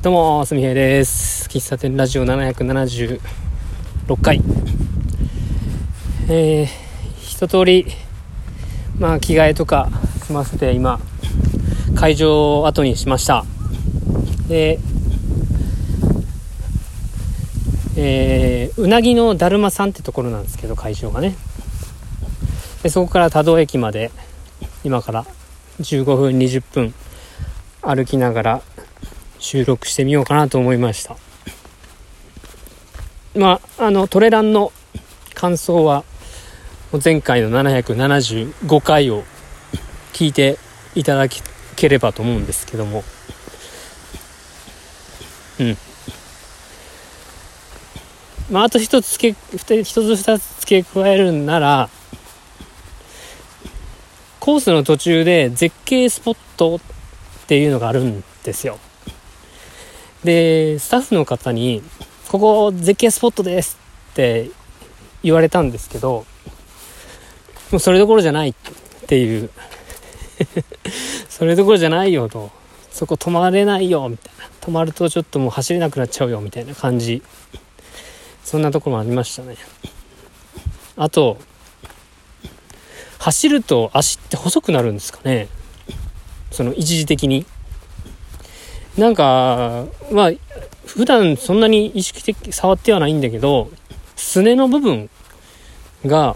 どうもすみへいです。喫茶店ラジオ776回、一通り着替えとか済ませて今会場を後にしました。で、うなぎのだるまさんってところなんですけど、会場がね。でそこから多度駅まで今から15分20分歩きながら収録してみようかなと思いました。トレランの感想は前回の775回を聞いていただければと思うんですけども、あと一つ二つ付け加えるなら、コースの途中で絶景スポットっていうのがあるんですよ。でスタッフの方にここ絶景スポットですって言われたんですけど、もうそれどころじゃないっていうそれどころじゃないよと、そこ止まれないよみたいな、止まるとちょっともう走れなくなっちゃうよみたいな感じ、そんなところもありましたね。あと走ると足って細くなるんですかね、その一時的に。普段そんなに意識的触ってはないんだけど、すねの部分が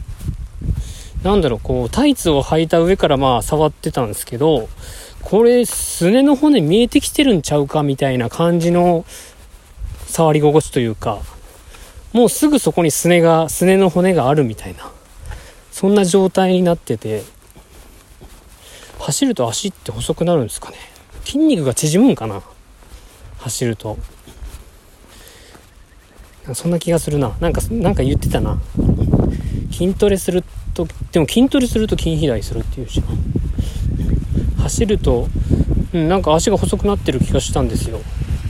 タイツを履いた上から触ってたんですけど、これすねの骨見えてきてるんちゃうかみたいな感じの触り心地というか、もうすぐそこにすねの骨があるみたいな、そんな状態になってて、走ると足って細くなるんですかね。筋肉が縮むんかな、走ると。そんな気がするな。なんか言ってたな。筋トレすると筋肥大するっていうし、走ると足が細くなってる気がしたんですよ。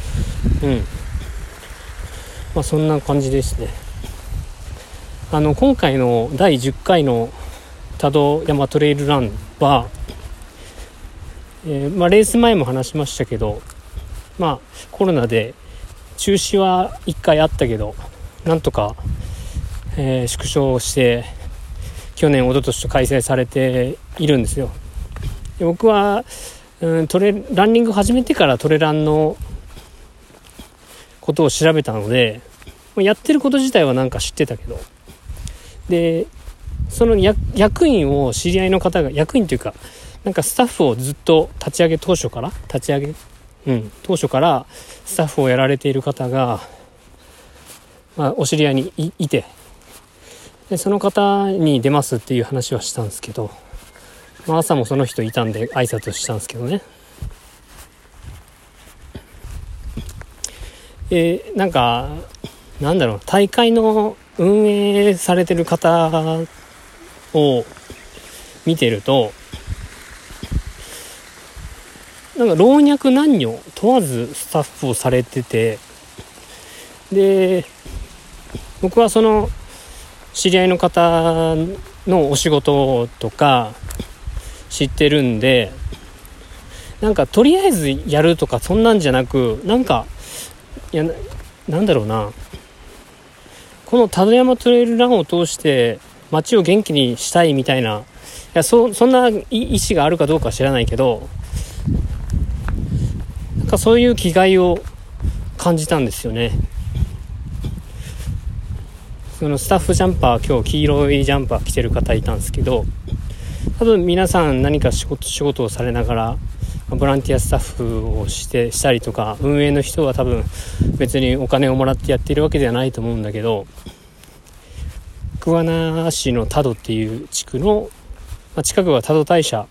そんな感じですね。今回の第10回の多度山トレイルランは、レース前も話しましたけど、コロナで中止は1回あったけど、なんとか、縮小して去年一昨年と開催されているんですよ。で僕は、ランニング始めてからトレランのことを調べたので、やってること自体は知ってたけど、でその役員を知り合いの方が、役員というかスタッフをずっと当初からスタッフをやられている方が、お知り合いに いて、でその方に出ますっていう話はしたんですけど、朝もその人いたんで挨拶したんですけどね。大会の運営されてる方を見てると、老若男女問わずスタッフをされてて、で僕はその知り合いの方のお仕事とか知ってるんで、とりあえずやるとかそんなんじゃなく、この多度山トレイルランを通して街を元気にしたいみたいな、そんな意思があるかどうかは知らないけど、そういう気概を感じたんですよね。そのスタッフジャンパー、今日黄色いジャンパー着てる方いたんですけど、多分皆さん何か仕事をされながらボランティアスタッフをしたりとか、運営の人は多分別にお金をもらってやっているわけではないと思うんだけど、桑名市の多度っていう地区の、近くは多度大社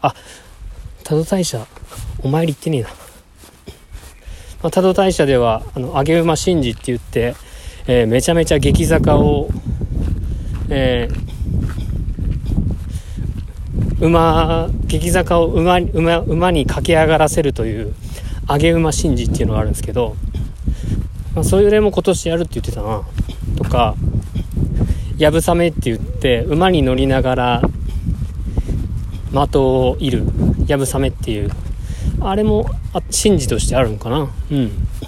お参り行ってねえな。多度大社では上げ馬神事って言って、めちゃめちゃ激坂を、激坂を馬に駆け上がらせるという上げ馬神事っていうのがあるんですけど、それも今年やるって言ってたな。とかやぶさめって言って馬に乗りながら的を射るやぶさめっていう、あれも神事としてあるのかな。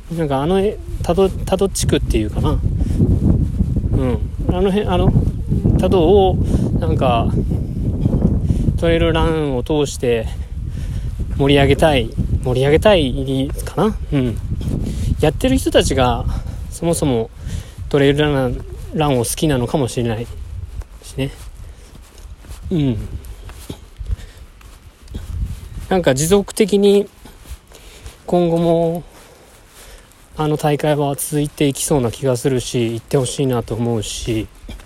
なんか多度地区っていうかな、あの辺多度をなんかトレイルランを通して盛り上げたいかな、やってる人たちがそもそもトレイルランを好きなのかもしれないしね。なんか持続的に今後も大会は続いていきそうな気がするし、行ってほしいなと思うし、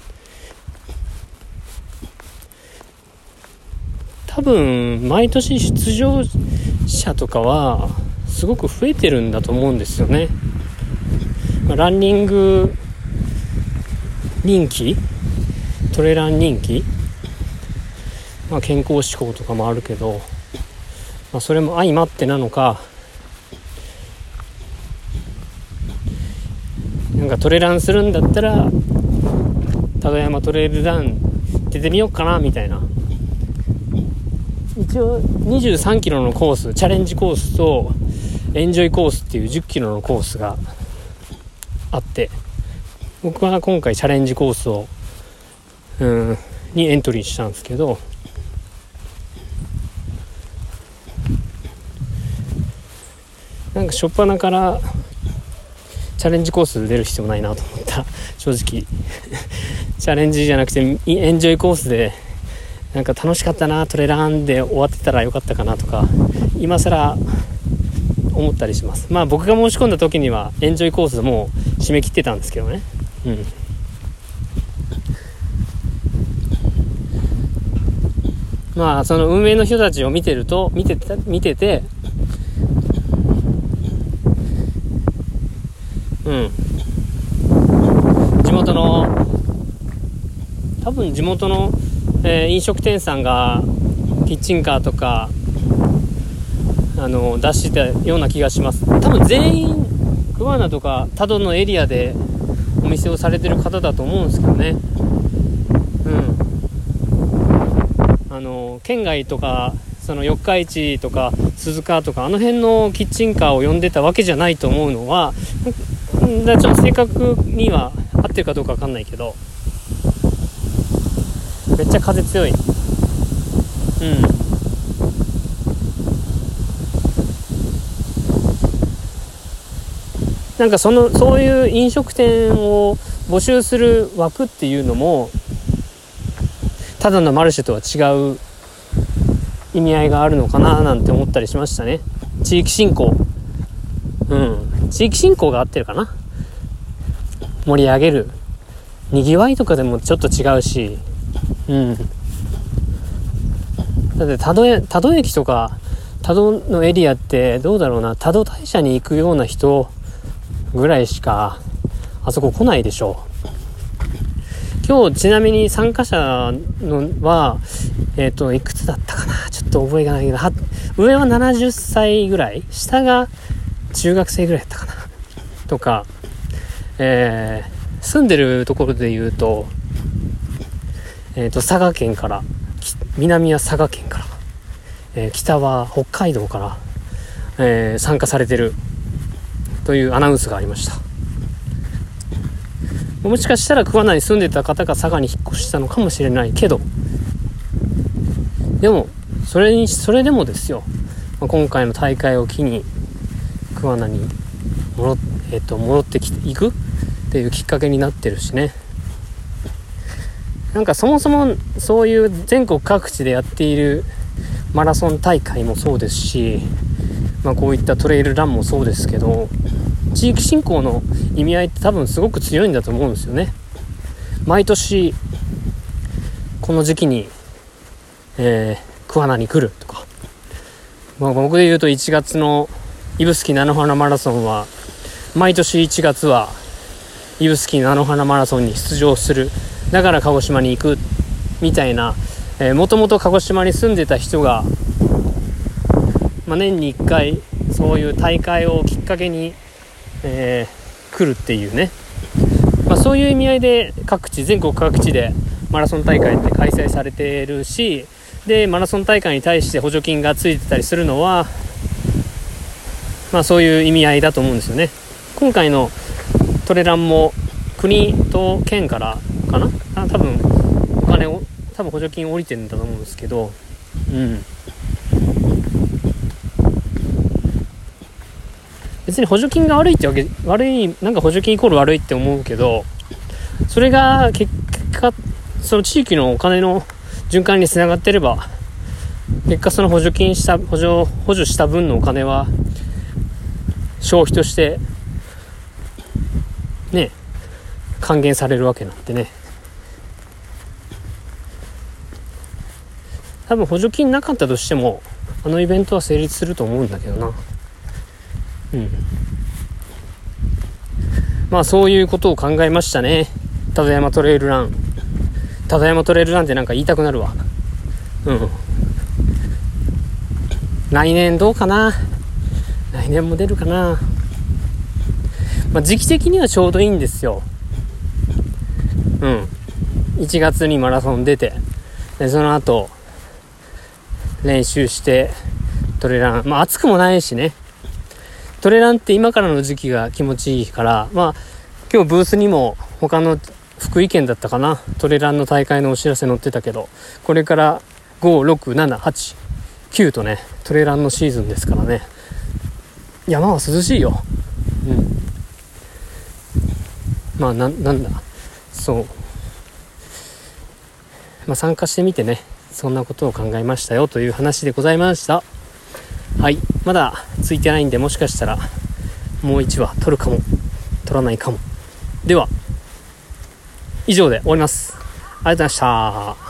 多分毎年出場者とかはすごく増えてるんだと思うんですよね。ランニング人気、トレラン人気、健康志向とかもあるけど、それも相まってなのか、なんかトレランするんだったら多度山トレイルラン出てみようかなみたいな。一応23キロのコース、チャレンジコースとエンジョイコースっていう10キロのコースがあって、僕は今回チャレンジコースをにエントリーしたんですけど、なんか初っ端からチャレンジコース出る必要ないなと思った、正直チャレンジじゃなくてエンジョイコースでなんか楽しかったな、トレランで終わってたらよかったかなとか今更思ったりします。僕が申し込んだ時にはエンジョイコースもう締め切ってたんですけどね。その運営の人たちを見てて地元の飲食店さんがキッチンカーとか出してたような気がします。多分全員桑名とか多度のエリアでお店をされてる方だと思うんですけどね。県外とかその四日市とか鈴鹿とかあの辺のキッチンカーを呼んでたわけじゃないと思うのは、ちょっと正確には合ってるかどうか分かんないけど、めっちゃ風強い。なんかそういう飲食店を募集する枠っていうのもただのマルシェとは違う意味合いがあるのかななんて思ったりしましたね。地域振興、地域振興が合ってるかな。盛り上げる、にぎわいとかでもちょっと違うし、だって多度駅とか多度のエリアってどうだろうな、多度大社に行くような人ぐらいしかあそこ来ないでしょう。今日ちなみに参加者のはいくつだったかな、ちょっと覚えがないけど、上は70歳ぐらい、下が中学生ぐらいだったかなとか、住んでるところで言うと、佐賀県から、南は佐賀県から、北は北海道から、参加されてるというアナウンスがありました。もしかしたら桑名に住んでた方が佐賀に引っ越したのかもしれないけど、でもそれでもですよ、今回の大会を機に桑名に戻っていくっていうきっかけになってるしね。なんかそもそもそういう全国各地でやっているマラソン大会もそうですし、こういったトレイルランもそうですけど、地域振興の意味合いって多分すごく強いんだと思うんですよね。毎年この時期に、桑名に来るとか、僕で言うと1月の指宿菜の花マラソンは毎年1月は指宿菜の花マラソンに出場する、だから鹿児島に行くみたいな、もともと鹿児島に住んでた人が、年に1回そういう大会をきっかけに来るっていうね、そういう意味合いで全国各地でマラソン大会って開催されているし、でマラソン大会に対して補助金がついてたりするのは、そういう意味合いだと思うんですよね。 今回のトレランも国と県からかな、多分お金を補助金降りてるんだと思うんですけど、別に補助金が悪いってわけ、なんか補助金イコール悪いって思うけど、それが結果その地域のお金の循環につながってれば、結果その補助した分のお金は消費としてね還元されるわけなんでね。多分補助金なかったとしてもあのイベントは成立すると思うんだけどな。まあそういうことを考えましたね。田山トレイルランってなんか言いたくなるわ。来年どうかな。来年も出るかな。時期的にはちょうどいいんですよ。1月にマラソン出て、でその後練習してトレラン、暑くもないしね。トレランって今からの時期が気持ちいいから、今日ブースにも他の福井県だったかな、トレランの大会のお知らせ載ってたけど、これから5、6、7、8、9とねトレランのシーズンですからね。山は涼しいよ。なんだそう、参加してみてね、そんなことを考えましたよという話でございました。はい、まだついてないんで、もしかしたらもう1話撮るかも撮らないかも。では以上で終わります。ありがとうございました。